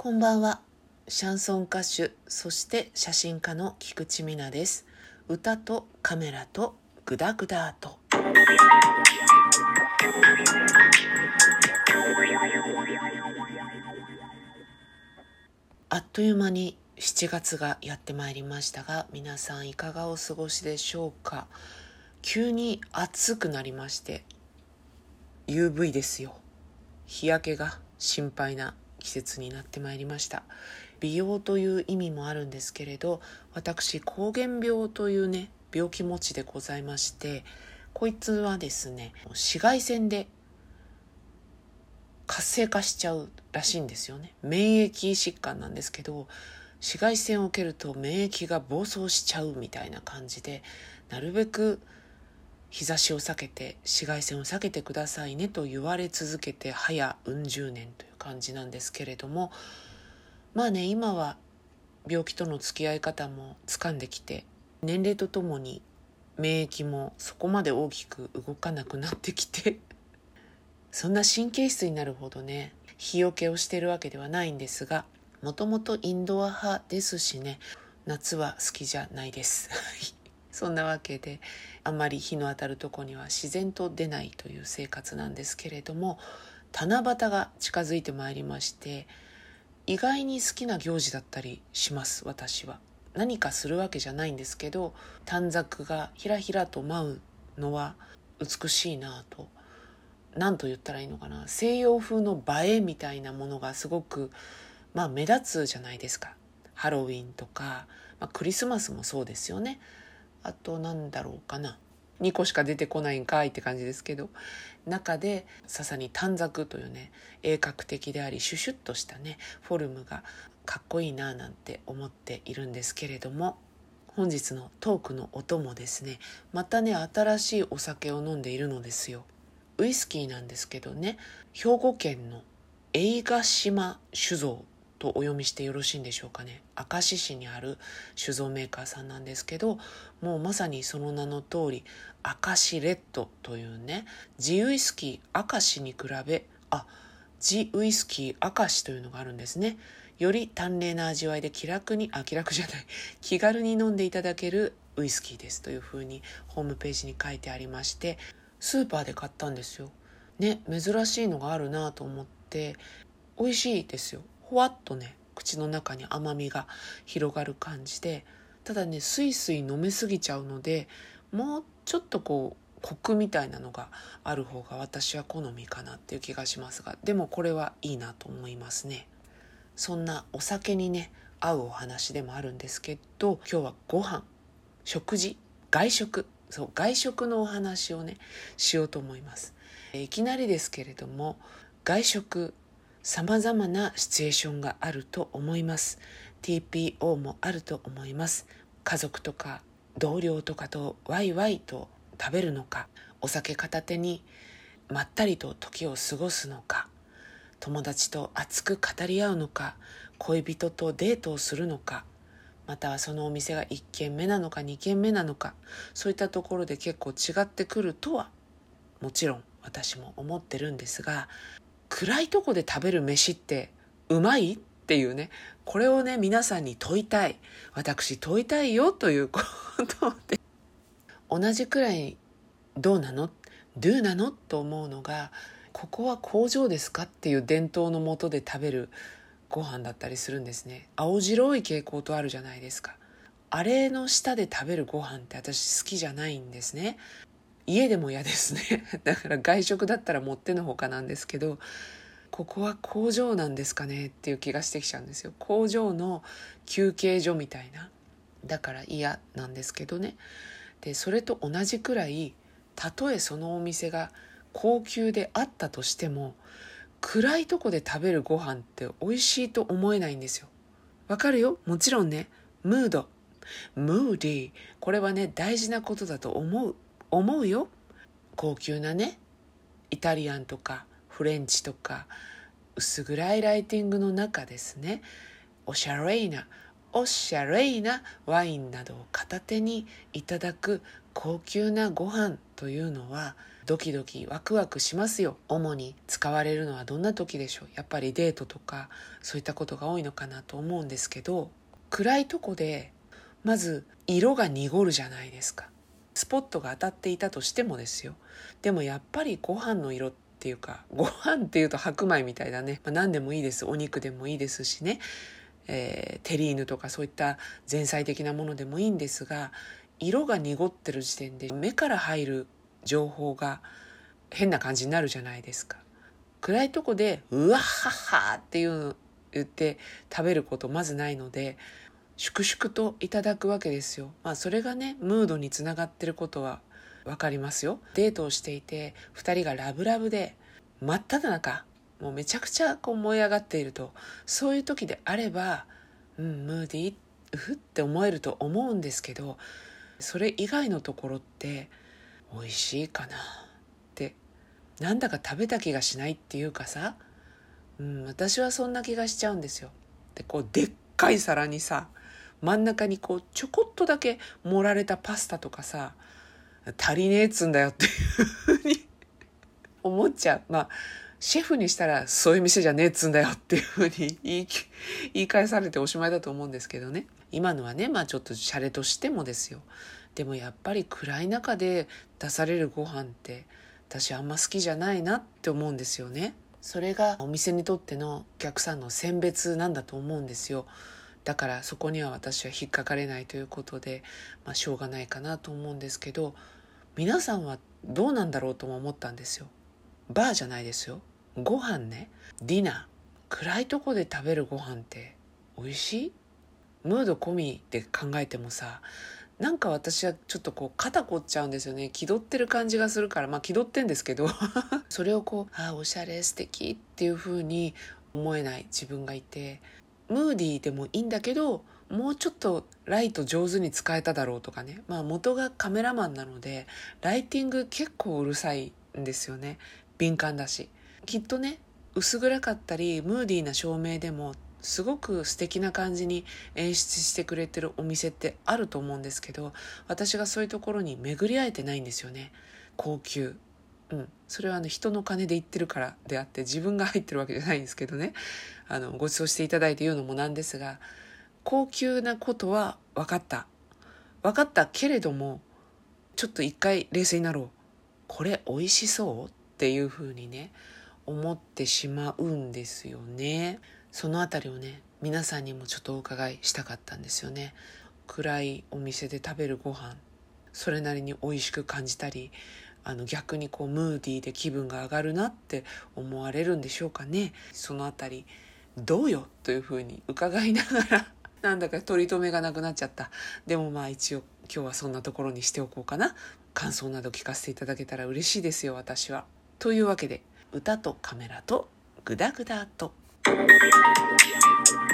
こんばんは。シャンソン歌手、そして写真家の菊池美奈です。歌とカメラとグダグダと。あっという間に7月がやってまいりましたが、皆さんいかがお過ごしでしょうか。急に暑くなりまして、UV ですよ。日焼けが心配な季節になってまいりました。美容という意味もあるんですけれど、私膠原病というね病気持ちでございまして、こいつはですね紫外線で活性化しちゃうらしいんですよね。免疫疾患なんですけど、紫外線を受けると免疫が暴走しちゃうみたいな感じで、なるべく日差しを避けて紫外線を避けてくださいねと言われ続けて早うん十年という感じなんですけれども、まあね、今は病気との付き合い方もつかんできて、年齢とともに免疫もそこまで大きく動かなくなってきてそんな神経質になるほどね日よけをしているわけではないんですが、もともとインドア派ですしね、夏は好きじゃないですそんなわけであんまり日の当たるとこには自然と出ないという生活なんですけれども、七夕が近づいてまいりまして、意外に好きな行事だったりします。私は何かするわけじゃないんですけど、短冊がひらひらと舞うのは美しいなと、何と言ったらいいのかな、西洋風の映えみたいなものがすごく目立つじゃないですか。ハロウィンとか、クリスマスもそうですよね。あとなんだろうかな、2個しか出てこないんかいって感じですけど、中で笹に短冊というね鋭角的でありシュシュッとしたねフォルムがかっこいいななんて思っているんですけれども、本日のトークの音もですね、またね新しいお酒を飲んでいるのですよ。ウイスキーなんですけどね、兵庫県の映ヶ島酒造とお読みしてよろしいんでしょうかね。明石市にある酒造メーカーさんなんですけど、もうまさにその名の通り明石レッドというね、地ウイスキー明石に比べ地ウイスキー明石というのがあるんですね。より淡麗な味わいで気軽に気軽に飲んでいただけるウイスキーですというふうにホームページに書いてありまして、スーパーで買ったんですよね。珍しいのがあるなと思って、美味しいですよ。ほわっとね口の中に甘みが広がる感じで、ただねスイスイ飲めすぎちゃうので、もうちょっとコクみたいなのがある方が私は好みかなっていう気がしますが、でもこれはいいなと思いますね。そんなお酒にね合うお話でもあるんですけど、今日はご飯、食事、外食のお話をねしようと思います。いきなりですけれども、外食様々なシチュエーションがあると思います。 TPO もあると思います。家族とか同僚とかとワイワイと食べるのか、お酒片手にまったりと時を過ごすのか、友達と熱く語り合うのか、恋人とデートをするのか、またはそのお店が1軒目なのか2軒目なのか、そういったところで結構違ってくるとはもちろん私も思ってるんですが、暗いとこで食べる飯ってうまいっていうね、これをね皆さんに問いたい、私問いたいよということで、同じくらいどうなのドゥなのと思うのが、ここは工場ですかっていう伝統のもとで食べるご飯だったりするんですね。青白い蛍光灯あるじゃないですか。あれの下で食べるご飯って私好きじゃないんですね。家でも嫌ですねだから外食だったらもってのほかなんですけど、ここは工場なんですかねっていう気がしてきちゃうんですよ。工場の休憩所みたいな、だから嫌なんですけどね。でそれと同じくらい、たとえそのお店が高級であったとしても、暗いとこで食べるご飯って美味しいと思えないんですよ。わかるよ、もちろんね、ムーディー、これはね大事なことだと思うよ。高級なねイタリアンとかフレンチとか薄暗いライティングの中ですね、おしゃれなワインなどを片手にいただく高級なご飯というのはドキドキワクワクしますよ。主に使われるのはどんな時でしょう。やっぱりデートとかそういったことが多いのかなと思うんですけど、暗いとこでまず色が濁るじゃないですか。スポットが当たっていたとしてもですよ。でもやっぱりご飯の色っていうか、ご飯っていうと白米みたいだね、何でもいいです。お肉でもいいですしね、テリーヌとかそういった前菜的なものでもいいんですが、色が濁ってる時点で目から入る情報が変な感じになるじゃないですか。暗いとこでうわははっていうの言って食べることまずないので、粛々といただくわけですよ。それがねムードにつながってることはわかりますよ。デートをしていて2人がラブラブで真っ只中、もうめちゃくちゃ燃え上がっていると、そういう時であればムーディーうふって思えると思うんですけど、それ以外のところって美味しいかなってなんだか食べた気がしないっていうかさ、私はそんな気がしちゃうんですよ。ででっかい皿にさ、真ん中にちょこっとだけ盛られたパスタとかさ、足りねえっつんだよっていうふうに思っちゃう。シェフにしたらそういう店じゃねえっつんだよっていうふうに言い返されておしまいだと思うんですけどね。今のはねちょっとシャレとしてもですよ。でもやっぱり暗い中で出されるご飯って私あんま好きじゃないなって思うんですよね。それがお店にとってのお客さんの選別なんだと思うんですよ。だからそこには私は引っかかれないということで、しょうがないかなと思うんですけど、皆さんはどうなんだろうとも思ったんですよ。バーじゃないですよ。ご飯ね、ディナー、暗いとこで食べるご飯って美味しい？ムード込みで考えてもさ、なんか私はちょっと肩凝っちゃうんですよね。気取ってる感じがするから、気取ってんですけどそれをおしゃれ素敵っていう風に思えない自分がいて、ムーディーでもいいんだけどもうちょっとライト上手に使えただろうとかね。元がカメラマンなのでライティング結構うるさいんですよね。敏感だし、きっとね薄暗かったりムーディーな照明でもすごく素敵な感じに演出してくれてるお店ってあると思うんですけど、私がそういうところに巡り合えてないんですよね。高級、それは人の金で言ってるからであって自分が入ってるわけじゃないんですけどね。ご馳走していただいて言うのもなんですが、高級なことは分かったけれども、ちょっと一回冷静になろう。これ美味しそうっていう風にね思ってしまうんですよね。そのあたりをね皆さんにもちょっとお伺いしたかったんですよね。暗いお店で食べるご飯、それなりに美味しく感じたり、逆にムーディーで気分が上がるなって思われるんでしょうかね。そのあたりどうよというふうに伺いながらなんだか取り留めがなくなっちゃった。でも一応今日はそんなところにしておこうかな。感想など聞かせていただけたら嬉しいですよ、私は。というわけで、歌とカメラとグダグダと。